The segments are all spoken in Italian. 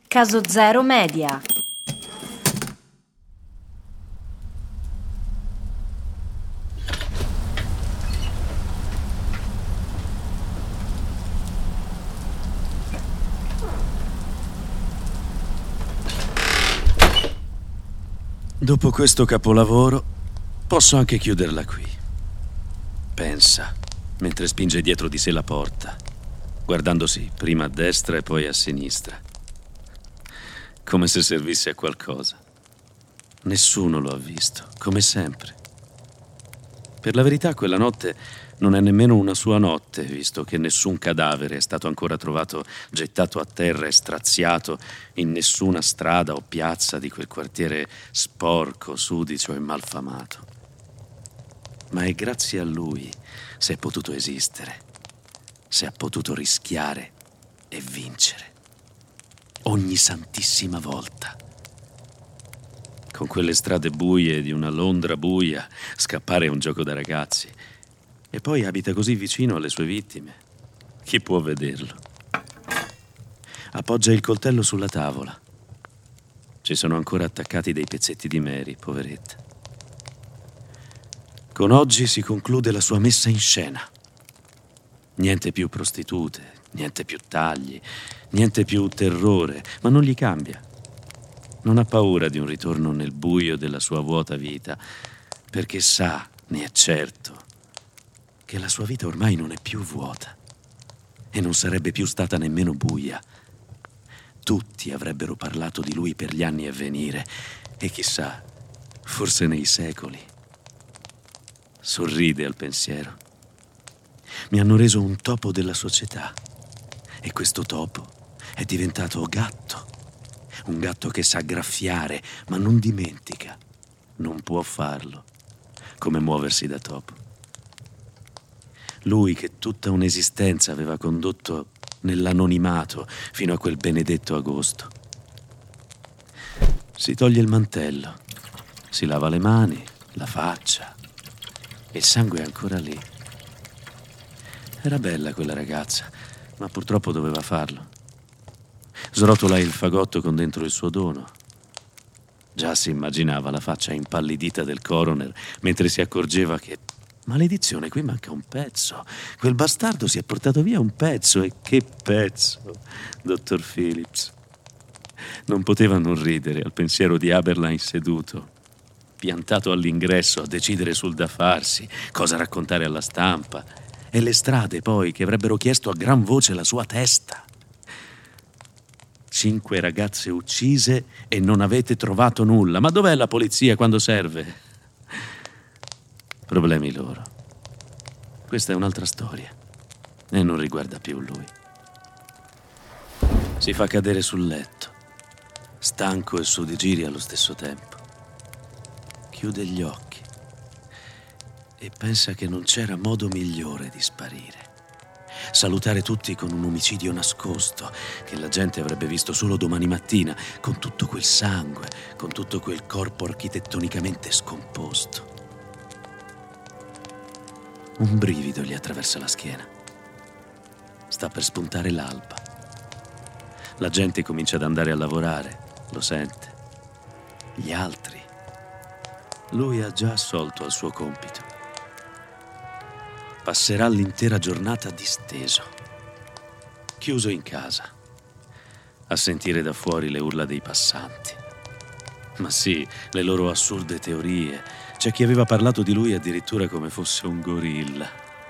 Caso Zero Media. Dopo questo capolavoro posso anche chiuderla qui. Pensa, mentre spinge dietro di sé la porta, guardandosi prima a destra e poi a sinistra, come se servisse a qualcosa. Nessuno lo ha visto, come sempre. Per la verità, quella notte non è nemmeno una sua notte, visto che nessun cadavere è stato ancora trovato gettato a terra e straziato in nessuna strada o piazza di quel quartiere sporco, sudicio e malfamato. Ma è grazie a lui se è potuto esistere, se ha potuto rischiare e vincere. Ogni santissima volta. Con quelle strade buie di una Londra buia, scappare è un gioco da ragazzi. E poi abita così vicino alle sue vittime. Chi può vederlo? Appoggia il coltello sulla tavola. Ci sono ancora attaccati dei pezzetti di Mary, poveretta. Con oggi si conclude la sua messa in scena. Niente più prostitute, niente più tagli, niente più terrore, ma non gli cambia. Non ha paura di un ritorno nel buio della sua vuota vita, perché sa, ne è certo, che la sua vita ormai non è più vuota e non sarebbe più stata nemmeno buia. Tutti avrebbero parlato di lui per gli anni a venire e chissà, forse nei secoli. Sorride al pensiero. Mi hanno reso un topo della società e questo topo è diventato gatto. Un gatto che sa graffiare, ma non dimentica. Non può farlo, come muoversi da topo. Lui che tutta un'esistenza aveva condotto nell'anonimato fino a quel benedetto agosto. Si toglie il mantello, si lava le mani, la faccia, e il sangue è ancora lì. Era bella quella ragazza, ma purtroppo doveva farlo. Srotola il fagotto con dentro il suo dono. Già si immaginava la faccia impallidita del coroner mentre si accorgeva che, maledizione, qui manca un pezzo. Quel bastardo si è portato via un pezzo. E che pezzo, dottor Phillips. Non poteva non ridere al pensiero di Aberline seduto, piantato all'ingresso a decidere sul da farsi, cosa raccontare alla stampa, e le strade poi che avrebbero chiesto a gran voce la sua testa. 5 ragazze uccise e non avete trovato nulla. Ma dov'è la polizia quando serve? Problemi loro. Questa è un'altra storia e non riguarda più lui. Si fa cadere sul letto, stanco e su di giri allo stesso tempo. Chiude gli occhi e pensa che non c'era modo migliore di sparire. Salutare tutti con un omicidio nascosto che la gente avrebbe visto solo domani mattina, con tutto quel sangue, con tutto quel corpo architettonicamente scomposto. Un brivido gli attraversa la schiena. Sta per spuntare l'alba. La gente comincia ad andare a lavorare, lo sente. Gli altri. Lui ha già assolto al suo compito. Passerà l'intera giornata disteso, chiuso in casa, a sentire da fuori le urla dei passanti. Ma sì, le loro assurde teorie. C'è chi aveva parlato di lui addirittura come fosse un gorilla.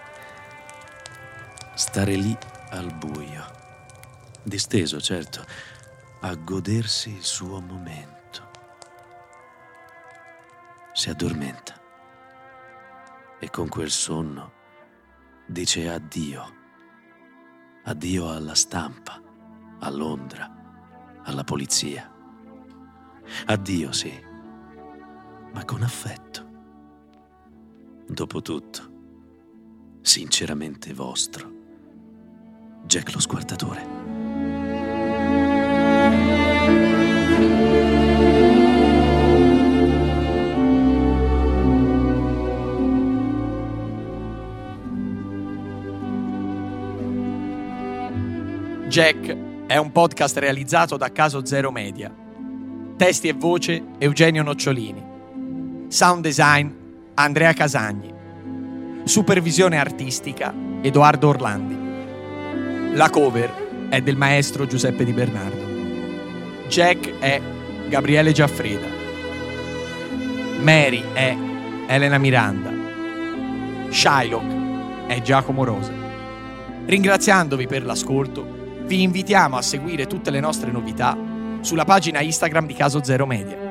Stare lì al buio, disteso, certo, a godersi il suo momento. Si addormenta e con quel sonno dice addio. Addio alla stampa, a Londra, alla polizia. Addio, sì, ma con affetto. Dopotutto, sinceramente vostro, Jack lo Squartatore. Jack è un podcast realizzato da Caso Zero Media. Testi e voce Eugenio Nocciolini. Sound design Andrea Casagni. Supervisione artistica Edoardo Orlandi. La cover è del maestro Giuseppe Di Bernardo. Jack è Gabriele Giaffreda. Mary è Elena Miranda. Shylock è Giacomo Rosa. Ringraziandovi per l'ascolto, vi invitiamo a seguire tutte le nostre novità sulla pagina Instagram di Caso Zero Media.